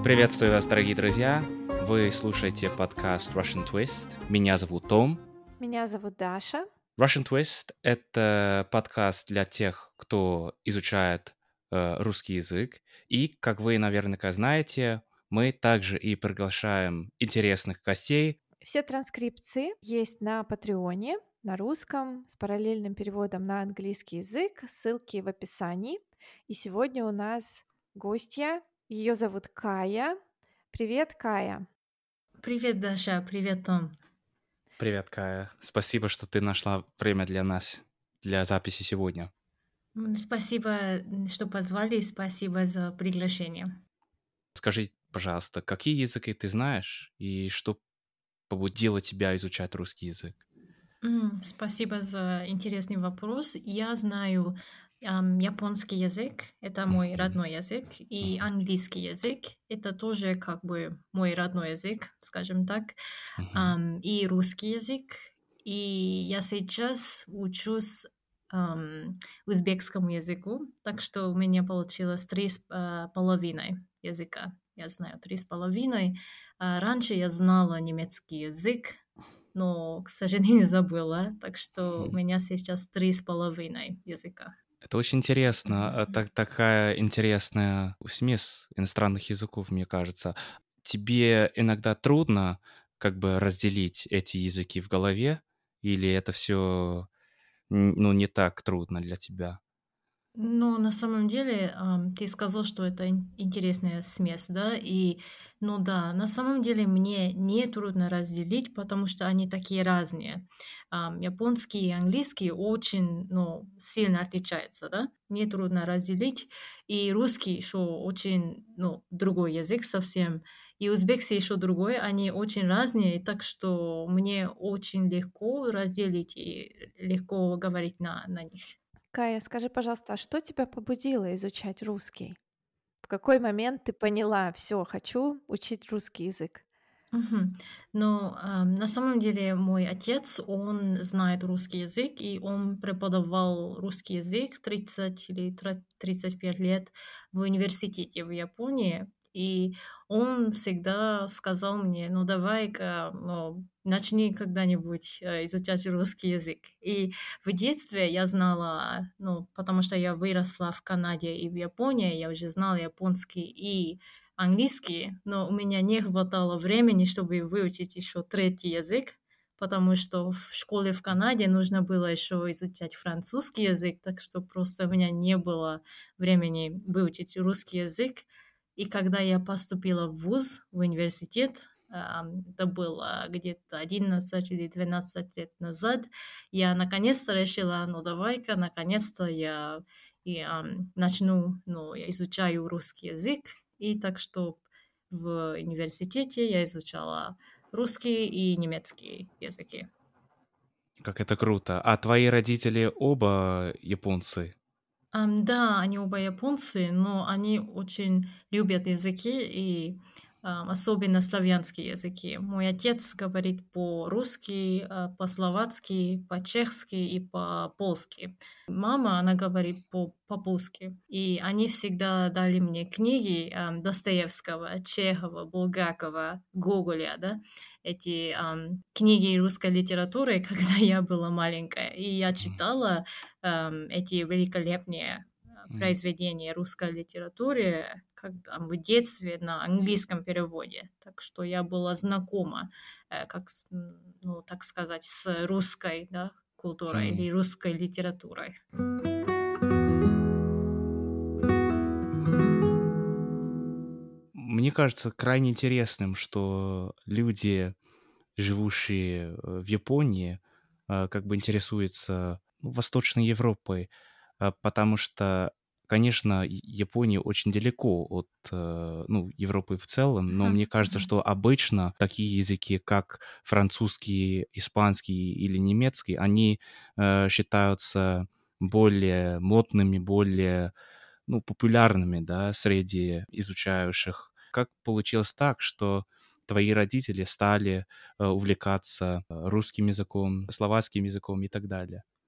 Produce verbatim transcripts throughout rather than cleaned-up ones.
Приветствую вас, дорогие друзья! Вы слушаете подкаст Russian Twist. Меня зовут Том. Меня зовут Даша. Russian Twist — это подкаст для тех, кто изучает э, русский язык. И, как вы наверняка знаете, мы также и приглашаем интересных гостей. Все транскрипции есть на Патреоне, на русском, с параллельным переводом на английский язык. Ссылки в описании. И сегодня у нас гостья. Ее зовут Кая. Привет, Кая. Привет, Даша. Привет, Том. Привет, Кая. Спасибо, что ты нашла время для нас, для записи сегодня. М, Спасибо, что позвали, спасибо за приглашение. Скажи, пожалуйста, какие языки ты знаешь и что побудило тебя изучать русский язык? М, Спасибо за интересный вопрос. Я знаю ам, японский язык, это мой Мгм. родной язык, и Мгм. английский язык, это тоже как бы мой родной язык, скажем так, Мгм. ам, и русский язык. И я сейчас учусь ам, узбекскому языку, так что у меня получилось три с а, половиной языка. Я знаю три с половиной. А Раньше я знала немецкий язык, но, к сожалению, забыла. Так что у Мгм. меня сейчас три с половиной языка. Это очень интересно. а, Мгм. Так, такая интересная смесь иностранных языков, мне кажется. Тебе иногда трудно как бы разделить эти языки в голове, или это все, ну, не так трудно для тебя? Но на самом деле, ам, ты сказал, что это ин- интересная смесь, да? И, ну да, на самом деле мне не трудно разделить, потому что они такие разные. Ам, японский и английский очень, ну, сильно отличаются, да? Мне трудно разделить. И русский еще очень, ну, другой язык совсем. И узбекский еще другой, они очень разные, так что мне очень легко разделить и легко говорить на, на них. Кая, скажи, пожалуйста, а что тебя побудило изучать русский? В какой момент ты поняла, все, хочу учить русский язык? Мгм. Но, ам, на самом деле мой отец, он знает русский язык, и он преподавал русский язык тридцать или тра- тридцать пять лет в университете в Японии. И он всегда сказал мне, ну давай-ка, ну, начни когда-нибудь э, изучать русский язык. И в детстве я знала, ну, потому что я выросла в Канаде и в Японии, я уже знала японский и английский, но у меня не хватало времени, чтобы выучить еще третий язык, потому что в школе в Канаде нужно было еще изучать французский язык, так что просто у меня не было времени выучить русский язык. И когда я поступила в вуз, в университет, ам, это было где-то одиннадцать или двенадцать лет назад, я наконец-то решила, ну давай-ка, наконец-то я и, ам, начну, ну, я изучаю русский язык, и так что в университете я изучала русский и немецкий языки. Как это круто. А твои родители оба японцы? Ам, да, они оба японцы, но они очень любят языки и ам, особенно славянские языки. Мой отец говорит по-русски, а, по-словацки, по-чешски и по-польски. Мама, она говорит по- по-польски. И они всегда дали мне книги ам, Достоевского, Чехова, Булгакова, Гоголя, да, эти ам, книги русской литературы, когда я была маленькая. И я читала ам, эти великолепные а, М. произведения русской литературы как там, в детстве на английском переводе. Так что я была знакома, э, как, с- м, ну, так сказать, с русской, да, культурой М. или русской литературой. Мне кажется крайне интересным, что люди, живущие э, в Японии, а, как бы интересуются, ну, Восточной Европой, а, потому что, конечно, Я- Япония очень далеко от, э, ну, Европы в целом, но мне Мгм, кажется, мгм. что обычно такие языки, как французский, испанский или немецкий, они э, считаются более модными, более, ну, популярными, да, среди изучающих. Как получилось так, что твои родители стали э, увлекаться э, русским языком, словацким языком и так далее?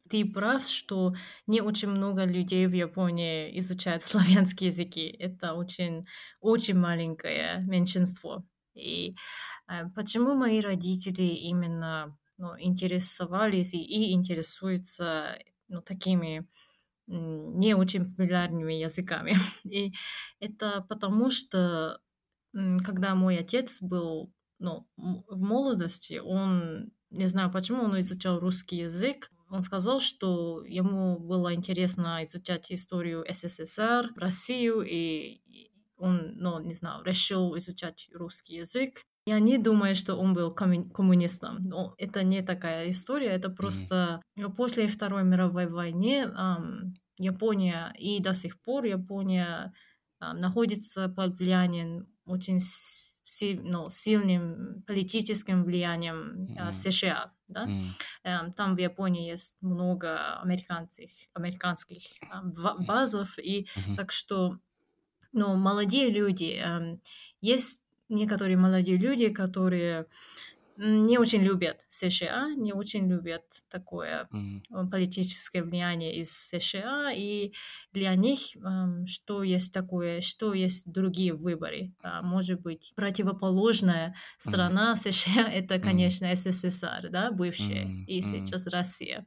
ты прав, что не очень много людей в Японии изучают славянские языки. Это очень, очень маленькое меньшинство. И э, почему мои родители именно ну, интересовались и, и интересуются ну, такими м, не очень популярными языками? И это потому, что м, когда мой отец был ну, м- в молодости, он, не знаю почему, он изучал русский язык. Он сказал, что ему было интересно изучать историю СССР, Россию, и и он, ну, не знаю, решил изучать русский язык. Я не думаю, что он был комму- коммунистом. Но это не такая история, это Мгм. просто ну, после Второй мировой войны ам, Япония и до сих пор Япония а, находится под влиянием очень с- си- ну, сильным политическим влиянием а, М, США, да. м, Эм, Там в Японии есть много американских, американских а, ба- м, базов, и мгм, так что, ну, молодые люди, эм, есть некоторые молодые люди, которые м, не очень любят США, не очень любят такое м, э, политическое влияние из США, и для них эм, что есть такое, что есть другие выборы. А, может быть, противоположная м, страна США — это, м, конечно, СССР, да, бывшая, м, и м, сейчас Россия.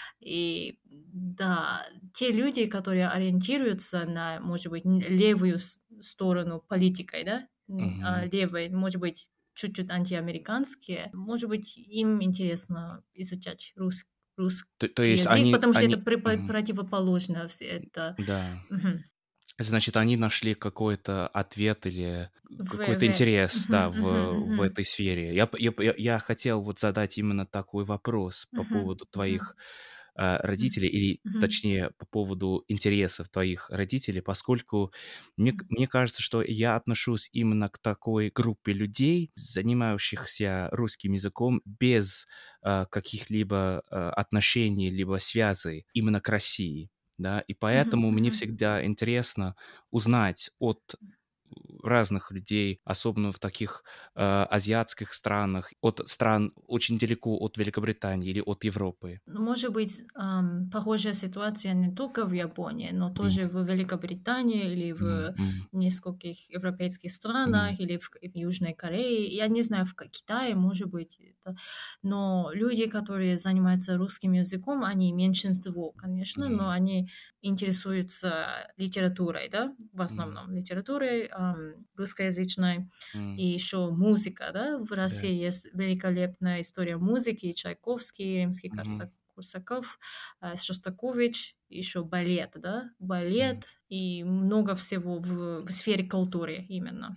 И да, те люди, которые ориентируются на, может быть, н- левую с- сторону политикой, да, н- а, мгм. левой, может быть, чуть-чуть антиамериканские, может быть, им интересно изучать рус- То, то русский есть язык, они, потому что это они, при- по- мгм, противоположно все это. да. Мгм. Значит, они нашли какой-то ответ или В, какой-то в- интерес, мгм, да, мгм, в, в мгм, этой сфере. Я, п- я, п- я я хотел вот задать именно такой вопрос по мгм, поводу мгм, твоих э, родителей, или мгм, точнее по поводу интересов твоих родителей, поскольку мне, к- мгм, мне кажется, что я отношусь именно к такой группе людей, занимающихся русским языком без э, каких-либо э, отношений либо связей именно к России. Да, и мгм, поэтому мне мгм. всегда интересно узнать от разных людей, особенно в таких э, азиатских странах, от стран очень далеко от Великобритании или от Европы. Ну, может быть, ам, похожая ситуация не только в Японии, но тоже Мгм, в Великобритании или мгм, в мгм, нескольких европейских мгм, странах, или в, К- в Южной Корее. Я не знаю, в Ка- Китае, может быть, это. Но люди, которые занимаются русским языком, они меньшинство, конечно, но мгм, они интересуются литературой, да, в мгм, основном литературой ам, русскоязычной. мгм. И еще музыка, да, в Да. России есть великолепная история музыки, Чайковский, Мгм, Римский-Корсаков, э, Шостакович, еще балет, да, мгм. балет и много всего в, в сфере культуры именно.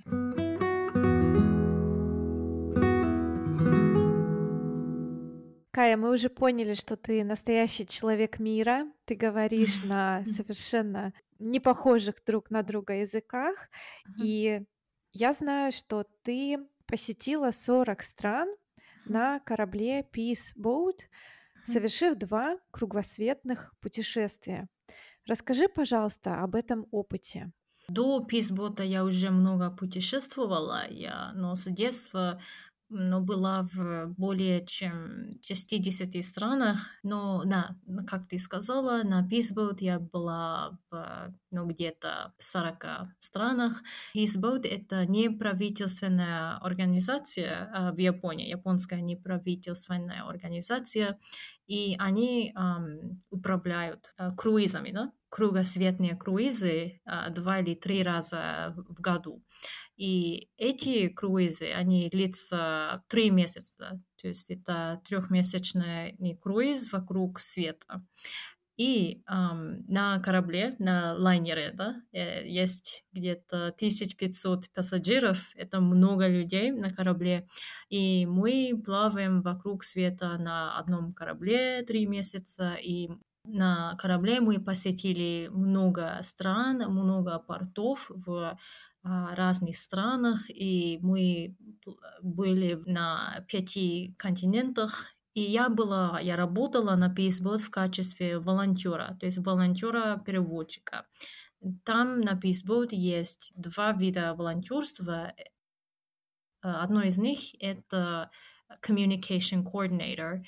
Кая, мы уже поняли, что ты настоящий человек мира. Ты говоришь на Мгм. совершенно не похожих друг на друга языках. Мгм. И я знаю, что ты посетила сорок стран на корабле Peace Boat, Мгм. совершив два кругосветных путешествия. Расскажи, пожалуйста, об этом опыте. До Писбота я уже много путешествовала, я, но с детства но была в более чем шестидесяти странах. Но, да, ну, как ты сказала, на Peaceboat я была в, ну, где-то сорока странах. Peaceboat — это неправительственная организация а, в Японии, японская неправительственная организация, и они ам, управляют а, круизами, да? Кругосветные круизы а, два или три раза в году. И эти круизы, они длятся три месяца, да. То есть это трехмесячный круиз вокруг света. И ам, на корабле, на лайнере, да, э, есть где-то тысяча пятьсот пассажиров, это много людей на корабле, и мы плаваем вокруг света на одном корабле три месяца, и на корабле мы посетили много стран, много портов в а, разных странах, и мы были на пяти континентах, и я была, я работала на Peaceboat в качестве волонтера, то есть волонтера-переводчика. Там на Peaceboat есть два вида волонтерства. Э, Одно из них — это Communication Coordinator,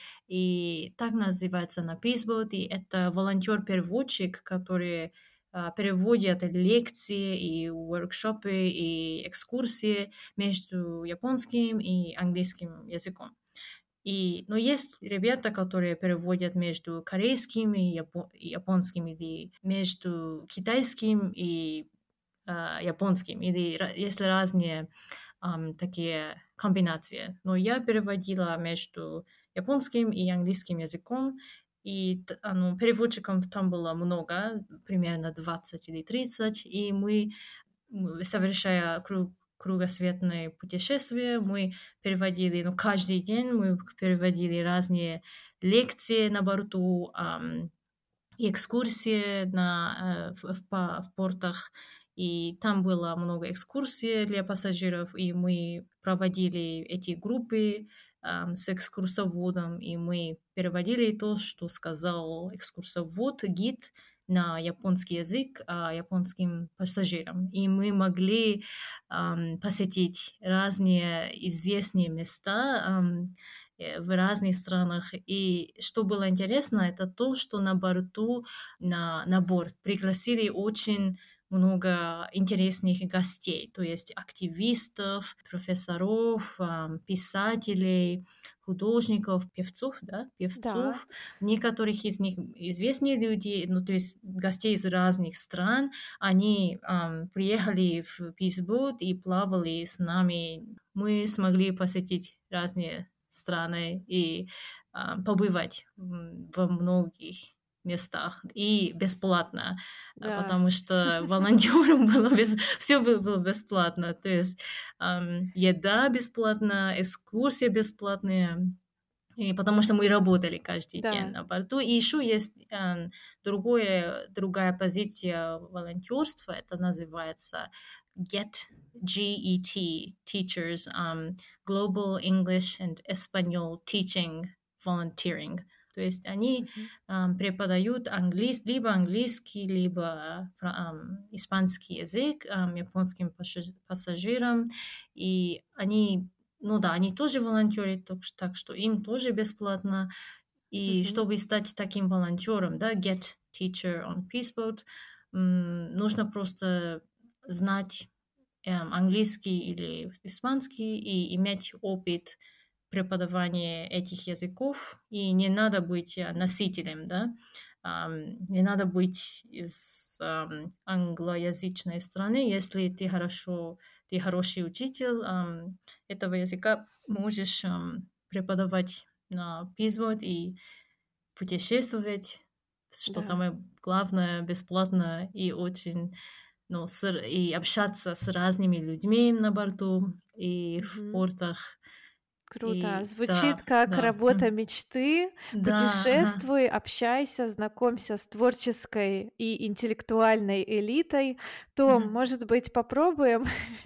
и так называется на Peacebot, и это волонтер-переводчик, который а, переводит лекции и воркшопы и экскурсии между японским и английским языком. И, но есть ребята, которые переводят между корейским и япо- и японским, или между китайским и а, японским, или ра- есть разные ам, такие комбинации. Но я переводила между японским и английским языком, и т- а, ну, переводчиков там было много, примерно двадцать или тридцать, и мы, м, совершая круг, кругосветное путешествие, мы переводили, ну, каждый день мы переводили разные лекции на борту, ам, и экскурсии на, э, в, в па- в портах, и там было много экскурсий для пассажиров, и мы проводили эти группы ам, с экскурсоводом, и мы переводили то, что сказал экскурсовод, гид на японский язык а, японским пассажирам. И мы могли ам, посетить разные известные места, ам, э, в разных странах. И что было интересно, это то, что на борту, на, на борт пригласили очень много интересных гостей, то есть активистов, профессоров, ам, писателей, художников, певцов, да, Да. певцов. Некоторых из них известные люди, ну, то есть гостей из разных стран, они ам, приехали в Peacebot и плавали с нами. Мы смогли посетить разные страны и а, побывать м, во многих местах и бесплатно, а, Да. потому что волонтерам было без... все было, было бесплатно, то есть ам, еда бесплатная, экскурсия бесплатная, и потому что мы работали каждый день Да. на борту. И еще есть ам, другое, другая позиция волонтерства, это называется GET, G E T, Teachers, um, Global English and Espanol Teaching Volunteering. То есть они Мгм. ам, преподают английский, либо английский, либо фра- ам, испанский язык ам, японским пассаж- пассажирам, и они, ну да, они тоже волонтеры, так, ш- так что им тоже бесплатно. И Мгм. чтобы стать таким волонтером, да, get teacher on Peaceboat, м, нужно просто знать эм, английский или испанский и иметь опыт преподавания этих языков, и не надо быть э, носителем, да, ам, не надо быть из ам, англоязычной страны, если ты хорошо, ты хороший учитель ам, этого языка, можешь ам, преподавать на Peaceboat и путешествовать, что Да. самое главное, бесплатно и очень, ну, с, р- и общаться с разными людьми на борту и в Мгм. портах. Круто. И Звучит да, как да, работа м, мечты. да, ага. Путешествуй, общайся, знакомься с творческой и интеллектуальной элитой. Том, Мгм. может быть, попробуем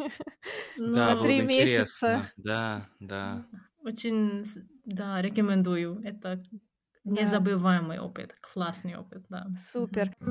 на Да, было Ну, три бы месяца? интересно. Да, да. очень, с- да, рекомендую. Это Да, незабываемый опыт, классный опыт, да. супер. Мгм.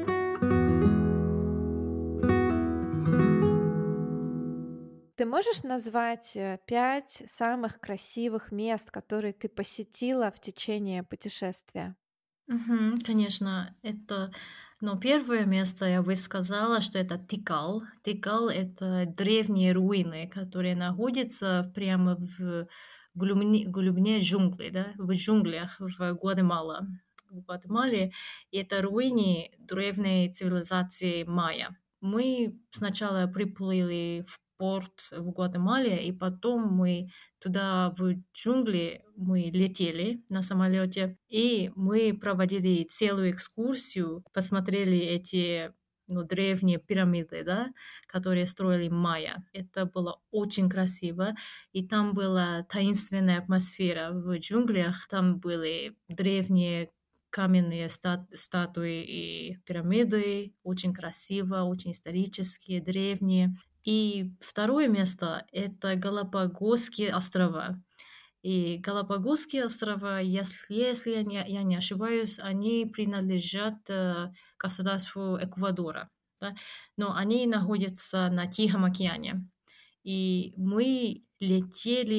Ты можешь назвать э, пять самых красивых мест, которые ты посетила в течение путешествия? Мгм. Конечно, это, но первое место я бы сказала, что это Тикал. Тикал — это древние руины, которые находятся прямо в глубине, глубине джунглей, да, в джунглях в Гватемала. В Гватемале. И это руины древней цивилизации майя. Мы сначала приплыли в порт в Гватемале, и потом мы туда, в джунгли, мы летели на самолете, и мы проводили целую экскурсию, посмотрели эти, ну, древние пирамиды, да, которые строили майя. Это было очень красиво, и там была таинственная атмосфера в джунглях, там были древние каменные стат- статуи и пирамиды, очень красиво, очень исторические, древние. И второе место — это Галапагосские острова. И Галапагосские острова, если, если я, не, я не ошибаюсь, они принадлежат э, государству Эквадора, да? Но они находятся на Тихом океане. И мы летели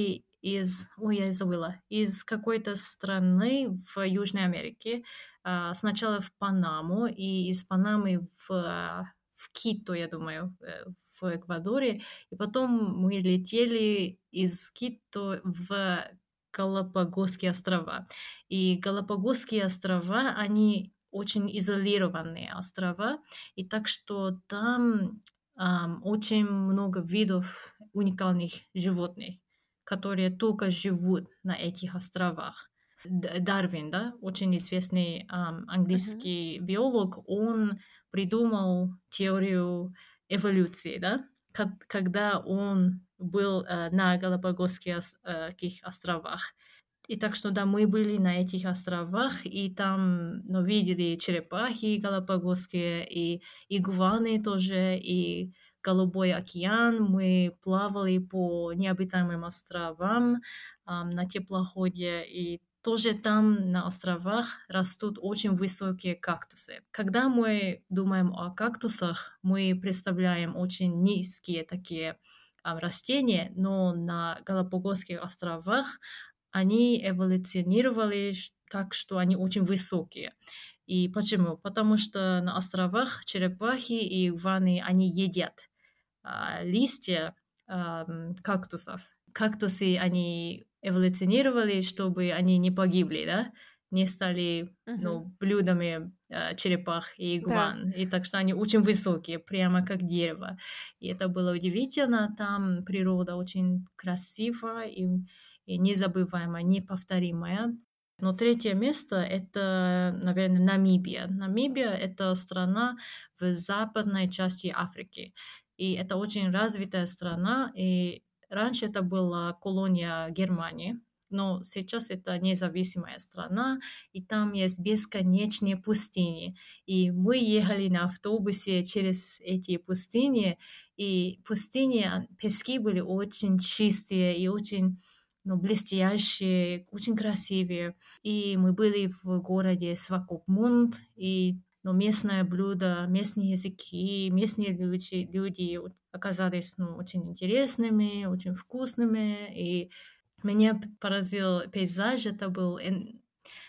из, ой, я забыла, из какой-то страны в Южной Америке. А, Сначала в Панаму, и из Панамы в, а, в Кито, я думаю, э, в Эквадоре. И потом мы летели из Кито в Галапагосские острова. И Галапагосские острова, они очень изолированные острова, и так что там ам, очень много видов уникальных животных, которые только живут на этих островах. Д- Дарвин, да, очень известный ам, Мгм. английский биолог, он придумал теорию эволюции, да, Ка- когда он был э, на Галапагосских ос- э, каких островах. И так что, да, мы были на этих островах, и там, ну, видели черепахи галапагосские, и игуаны тоже, и Голубой океан. Мы плавали по необитаемым островам ам, на теплоходе, и тоже там на островах растут очень высокие кактусы. Когда мы думаем о кактусах, мы представляем очень низкие такие ам, растения, но на Галапагосских островах они эволюционировали ш- так, что они очень высокие. И почему? Потому что на островах черепахи и игуаны, они едят а, листья ам, кактусов. Кактусы, они эволюционировали, чтобы они не погибли, да? Не стали Мгм. ну, блюдами а, черепах и Да. игуан. И так что они очень высокие, прямо как дерево. И это было удивительно. Там природа очень красивая и, и незабываемая, неповторимая. Но третье место — это, наверное, Намибия. Намибия — это страна в западной части Африки. И это очень развитая страна, и раньше это была колония Германии, но сейчас это независимая страна, и там есть бесконечные пустыни. И мы ехали на автобусе через эти пустыни, и пустыни, а, пески были очень чистые и очень ну, блестящие, очень красивые. И мы были в городе Свакопмунд, и но местное блюдо, местные языки, местные люди, люди вот оказались ну, очень интересными, очень вкусными. И меня поразил пейзаж. Это был ин-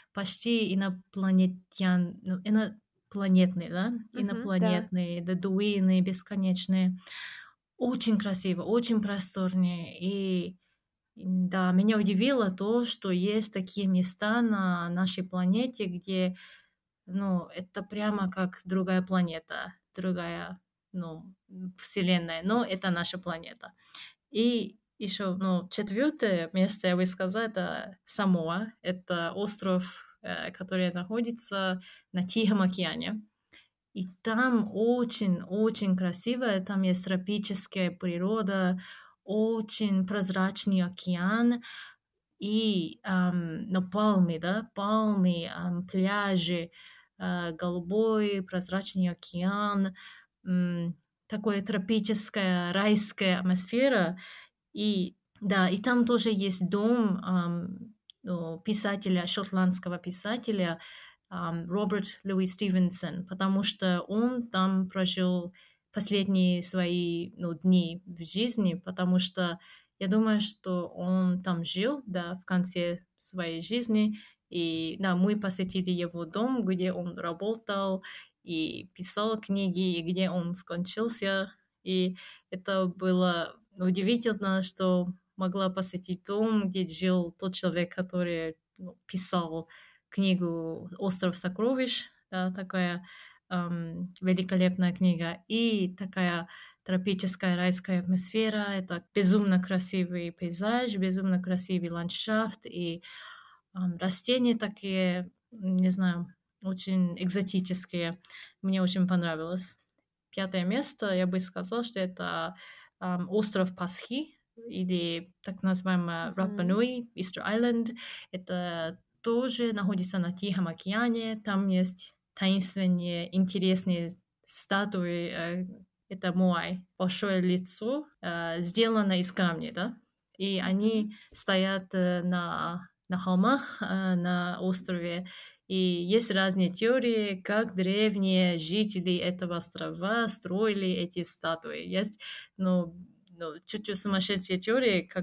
почти инопланетян, ну, инопланетный, да? Мгм. Да. Инопланетные, бедуины бесконечные. Очень красиво, очень просторные. И да, меня удивило то, что есть такие места на нашей планете, где ну, это прямо как другая планета, другая, ну, м, вселенная, но это наша планета. И еще, ну, четвертое место, я бы сказала, это Самоа. Это остров, э, который находится на Тихом океане. И там очень-очень красиво, там есть тропическая природа, очень прозрачный океан, и, ам, ну, пальмы, да, пальмы, ам, пляжи, а, голубой прозрачный океан, м, такое тропическая райская атмосфера. И да, и там тоже есть дом ам, ну, писателя, шотландского писателя ам, Роберт Луи Стивенсон, потому что он там прожил последние свои ну, дни в жизни, потому что я думаю, что он там жил, да, в конце своей жизни, и да, мы посетили его дом, где он работал и писал книги, и где он скончался, и это было удивительно, что могла посетить дом, где жил тот человек, который ну, писал книгу «Остров сокровищ», да, такая ам, великолепная книга, и такая тропическая райская атмосфера, это безумно красивый пейзаж, безумно красивый ландшафт, и ам, растения такие, не знаю, очень экзотические. Мне очень понравилось. Пятое место, я бы сказала, что это ам, остров Пасхи, или так называемая Мгм. Рапа-Нуи, Easter Island. Это тоже находится на Тихом океане. Там есть таинственные, интересные статуи. э, Это Моай, большое лицо, э, сделано из камня, да? И Мгм. они стоят э, на, на холмах э, на острове, и есть разные теории, как древние жители этого острова строили эти статуи. Есть, ну, ну чуть-чуть сумасшедшие теории, как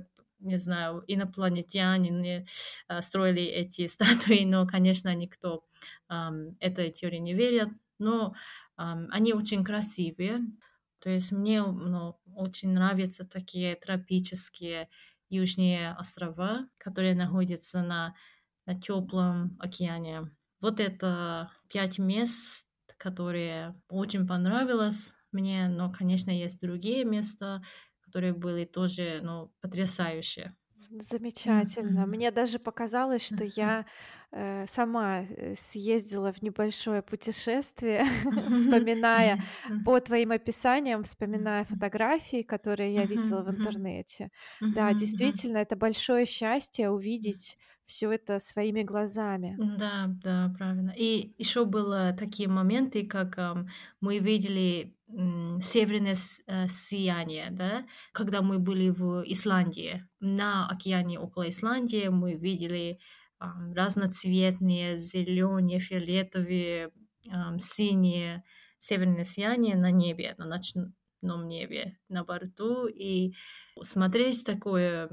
не знаю, инопланетяне а, строили эти статуи, но, конечно, никто ам, этой теории не верит. Но ам, они очень красивые. То есть мне ну, очень нравятся такие тропические южные острова, которые находятся на, на теплом океане. Вот это пять мест, которые очень понравилось мне, но, конечно, есть другие места, которые были тоже, ну, потрясающие. Замечательно. Мгм. Мне даже показалось, что Мгм. я, э, сама, э, съездила в небольшое путешествие, Мгм. вспоминая Мгм. по твоим описаниям, вспоминая Мгм. фотографии, которые я видела Мгм. в Мгм. интернете. Да, Мгм. Мгм. действительно, это большое счастье увидеть все это своими глазами. Да, да, правильно. И еще было такие моменты, как ам, мы видели м, северное с- э, сияние, да, когда мы были в Исландии. На океане около Исландии мы видели ам, разноцветные, зеленые, фиолетовые, ам, синие северное сияние на небе, на ночном небе, на борту. И смотреть такое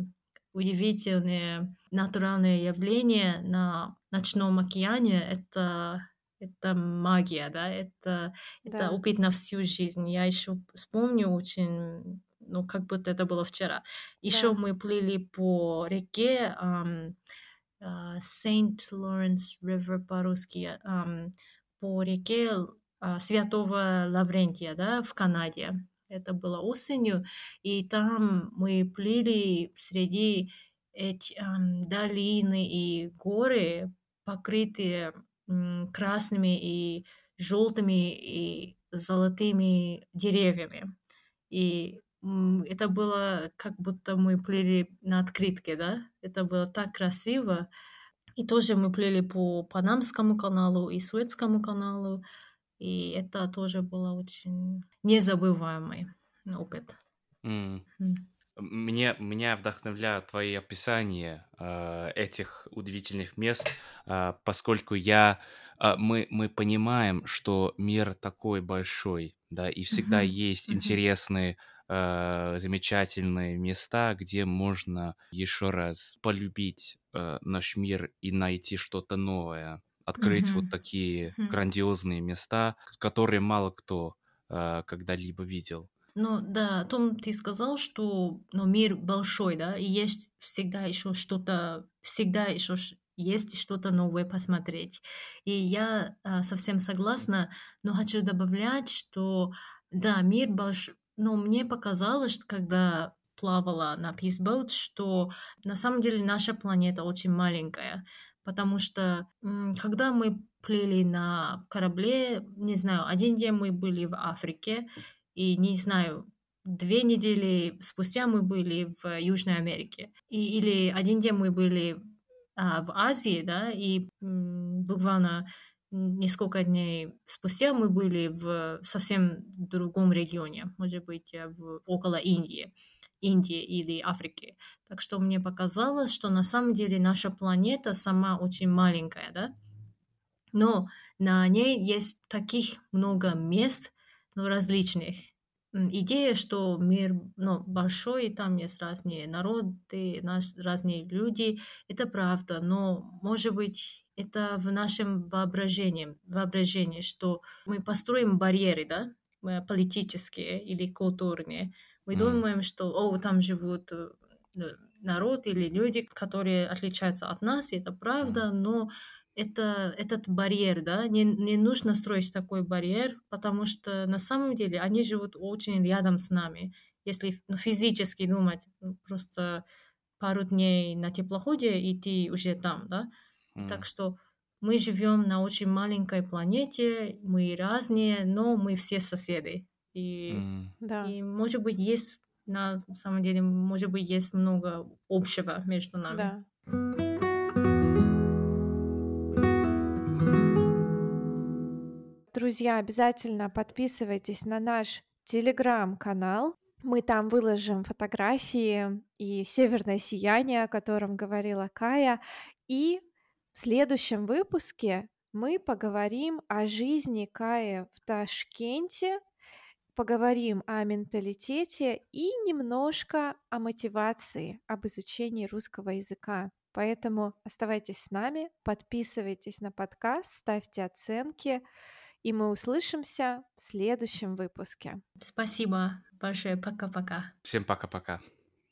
удивительное натуральное явление на ночном океане — это это магия, да, это это Да, опыт на всю жизнь. Я еще вспомню очень, ну, как будто это было вчера. Еще да, мы плыли по реке, ам, а, Saint Lawrence River по-русски, ам, по реке, а, Святого Лаврентия, да, в Канаде. Это было осенью, и там мы плыли среди эти, ам, долины и горы, покрытые, м, красными и желтыми и золотыми деревьями. И, м, это было как будто мы плыли на открытке, да. Это было так красиво. И тоже мы плыли по Панамскому каналу и Суэцкому каналу, и это тоже было очень незабываемый опыт. М. М. Мне, меня вдохновляют твои описания э, этих удивительных мест, а, поскольку я, а, мы, мы понимаем, что мир такой большой, да, и всегда Мгм. есть Мгм. интересные, э, замечательные места, где можно еще раз полюбить э, наш мир и найти что-то новое, открыть вот Мгм. такие Мгм. грандиозные места, которые мало кто э, когда-либо видел. Ну да, о том ты сказал, что, ну, мир большой, да, и есть всегда еще что-то, всегда еще ш- есть что-то новое посмотреть. И я а, совсем согласна, но хочу добавлять, что да, мир большой, но мне показалось, что когда плавала на Peace Boat, что на самом деле наша планета очень маленькая, потому что м, когда мы плыли на корабле, не знаю, один день мы были в Африке, и не знаю, две недели спустя мы были в Южной Америке. И или один день мы были, а, в Азии, да, и, м, буквально н несколько дней спустя мы были в совсем другом регионе, может быть, э, в около Индии Индии или Африки. Так что мне показалось, что на самом деле наша планета сама очень маленькая, да, но на ней есть таких много мест, ну, различных. М, идея, что мир, ну, большой, и там есть разные народы, наш, разные люди, это правда, но, может быть, это в нашем воображении, воображении, что мы построим барьеры, да, э, политические или культурные. Мы М, думаем, что, о, там живут э, э, народ или люди, которые отличаются от нас, и это м, правда, но это этот барьер, да, не не нужно строить такой барьер, потому что на самом деле они живут очень рядом с нами. Если, ну, физически думать, ну, просто пару дней на теплоходе, и ты уже там, да. Так м. что мы живем на очень маленькой планете, мы разные, но мы все соседи. И М, да, и, может быть, есть на самом деле, может быть, есть много общего между нами. да. Друзья, обязательно подписывайтесь на наш телеграм-канал. Мы там выложим фотографии и северное сияние, о котором говорила Кая. И в следующем выпуске мы поговорим о жизни Каи в Ташкенте поговорим о менталитете и немножко о мотивации, об изучении русского языка. Поэтому оставайтесь с нами, подписывайтесь на подкаст, ставьте оценки, и мы услышимся в следующем выпуске. Спасибо большое. Пока-пока. Всем пока-пока.